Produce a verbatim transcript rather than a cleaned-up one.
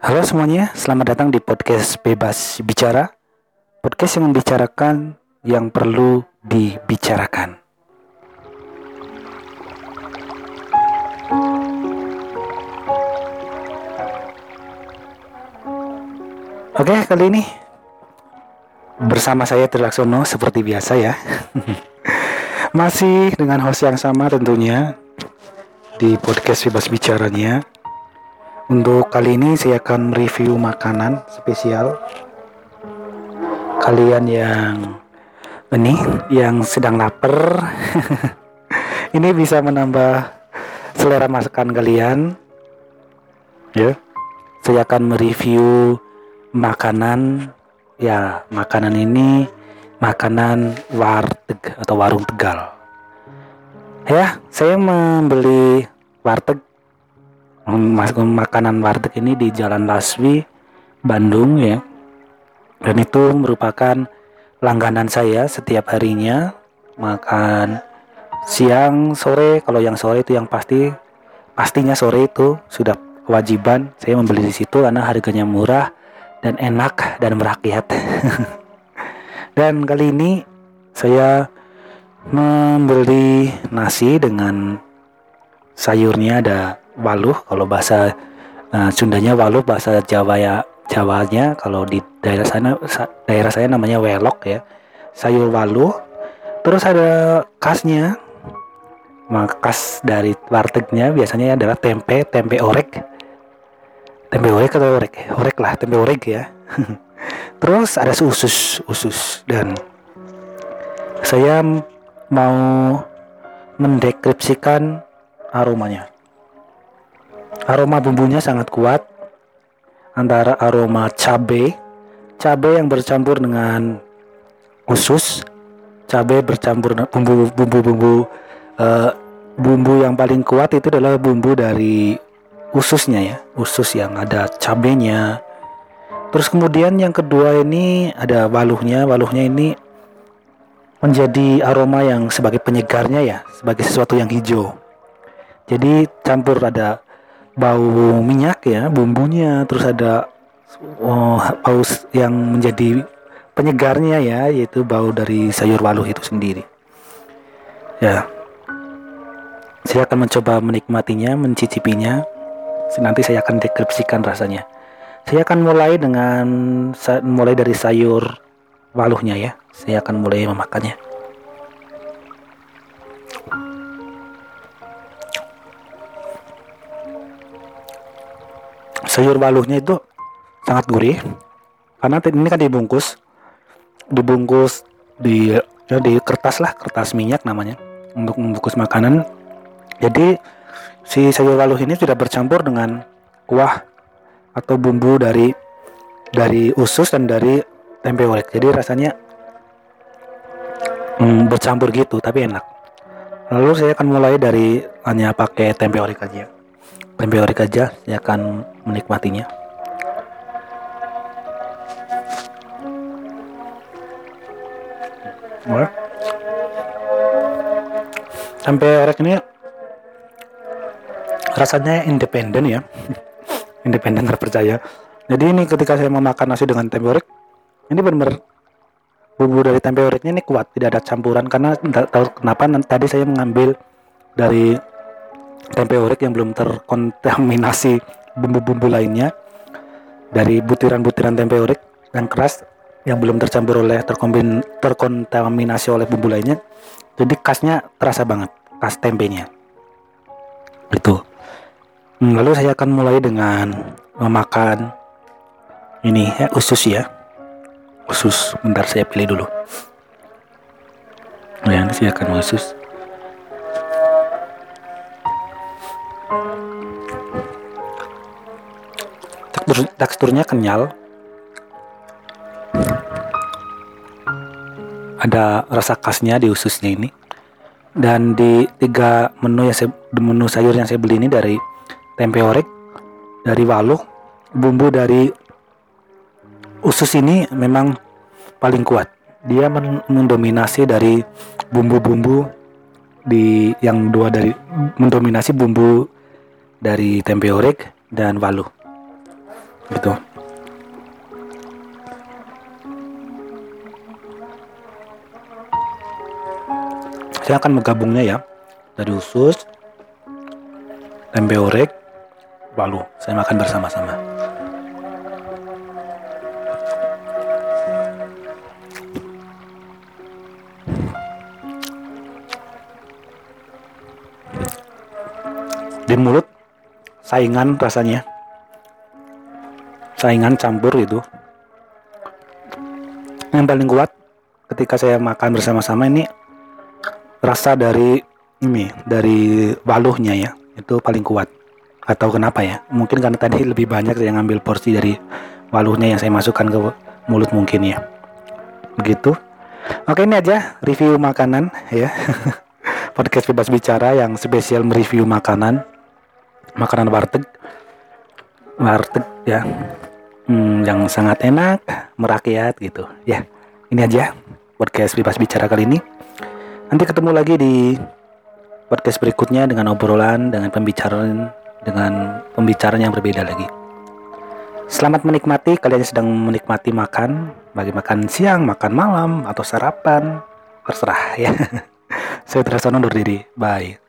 Halo semuanya, selamat datang di podcast Bebas Bicara. Podcast yang membicarakan yang perlu dibicarakan. Oke, kali ini bersama saya Trilaksono seperti biasa ya. Masih dengan host yang sama tentunya di podcast Bebas Bicaranya. Untuk kali ini saya akan mereview makanan spesial. Kalian yang ini yang sedang lapar ini bisa menambah selera masakan kalian. Ya. Saya akan mereview makanan ya, makanan ini makanan warteg atau warung Tegal. Ya, saya membeli warteg makanan warteg ini di Jalan Laswi, Bandung ya. Dan itu merupakan langganan saya setiap harinya makan siang, sore. Kalau yang sore itu yang pasti pastinya sore itu sudah kewajiban saya membeli di situ karena harganya murah dan enak dan merakyat. Dan kali ini saya membeli nasi dengan sayurnya, ada waluh, kalau bahasa uh, Sundanya waluh, bahasa Jawa ya Jawanya kalau di daerah sana daerah saya namanya welok ya, sayur waluh. Terus ada khasnya, khas dari wartegnya biasanya adalah tempe tempe orek tempe orek atau orek orek lah tempe orek ya. Terus ada usus usus dan saya mau mendeskripsikan aromanya. Aroma bumbunya sangat kuat, antara aroma cabai, cabai yang bercampur dengan usus, cabai bercampur bumbu bumbu bumbu uh, bumbu yang paling kuat itu adalah bumbu dari ususnya ya, usus yang ada cabainya. Terus kemudian yang kedua ini ada waluhnya, waluhnya ini menjadi aroma yang sebagai penyegarnya ya, sebagai sesuatu yang hijau. Jadi campur ada bau minyak ya bumbunya, terus ada oh, bau yang menjadi penyegarnya ya, yaitu bau dari sayur waluh itu sendiri. Ya, saya akan mencoba menikmatinya, mencicipinya. Nanti saya akan deskripsikan rasanya. Saya akan mulai dengan mulai dari sayur waluhnya ya. Saya akan mulai memakannya. Sayur waluhnya itu sangat gurih karena ini kan dibungkus dibungkus di ya, di kertas lah, kertas minyak namanya untuk membungkus makanan. Jadi si sayur waluh ini sudah bercampur dengan kuah atau bumbu dari dari usus dan dari tempe orek. Jadi rasanya hmm, bercampur gitu tapi enak. Lalu saya akan mulai dari hanya pakai tempe orek aja. Tempe orek aja saya akan menikmatinya. Boleh. Tempe orek ini rasanya independen ya. Independen terpercaya. Jadi ini ketika saya memakan nasi dengan tempe orek, ini benar-benar bumbu dari tempe oreknya ini kuat, tidak ada campuran. Karena tidak tahu kenapa tadi saya mengambil dari tempe orek yang belum terkontaminasi bumbu-bumbu lainnya, dari butiran-butiran tempe orek yang keras yang belum tercampur oleh terkombin, terkontaminasi oleh bumbu lainnya. Jadi khasnya terasa banget, khas tempenya itu. Lalu saya akan mulai dengan memakan ini ya, usus ya. Usus, bentar saya pilih dulu. Nah, saya akan usus. Tekstur, teksturnya kenyal. Ada rasa khasnya di ususnya ini. Dan di tiga menu yang saya, menu sayur yang saya beli ini dari tempe orek, dari waluh, bumbu dari usus ini memang paling kuat. Dia mendominasi dari bumbu-bumbu di yang dua dari mendominasi bumbu dari tempe orek dan waluh. gitu. Saya akan menggabungnya ya, dari usus, tempe orek, lalu saya makan bersama-sama. Di mulut saingan rasanya, saingan campur itu. Yang paling kuat ketika saya makan bersama-sama ini rasa dari ini, dari waluhnya ya, itu paling kuat. Atau kenapa ya? Mungkin karena tadi lebih banyak saya ngambil porsi dari waluhnya yang saya masukkan ke mulut mungkin ya. Begitu. Oke, ini aja review makanan ya. Podcast Bebas Bicara yang spesial mereview makanan. Makanan warteg. Warteg ya. Hmm, yang sangat enak, merakyat gitu. Ya. Ini aja podcast Bebas Bicara kali ini. Nanti ketemu lagi di podcast berikutnya dengan obrolan, dengan pembicaraan, dengan pembicaraan yang berbeda lagi. Selamat menikmati, kalian sedang menikmati makan, bagi makan siang, makan malam, atau sarapan, terserah ya. Saya terasa undur diri, bye.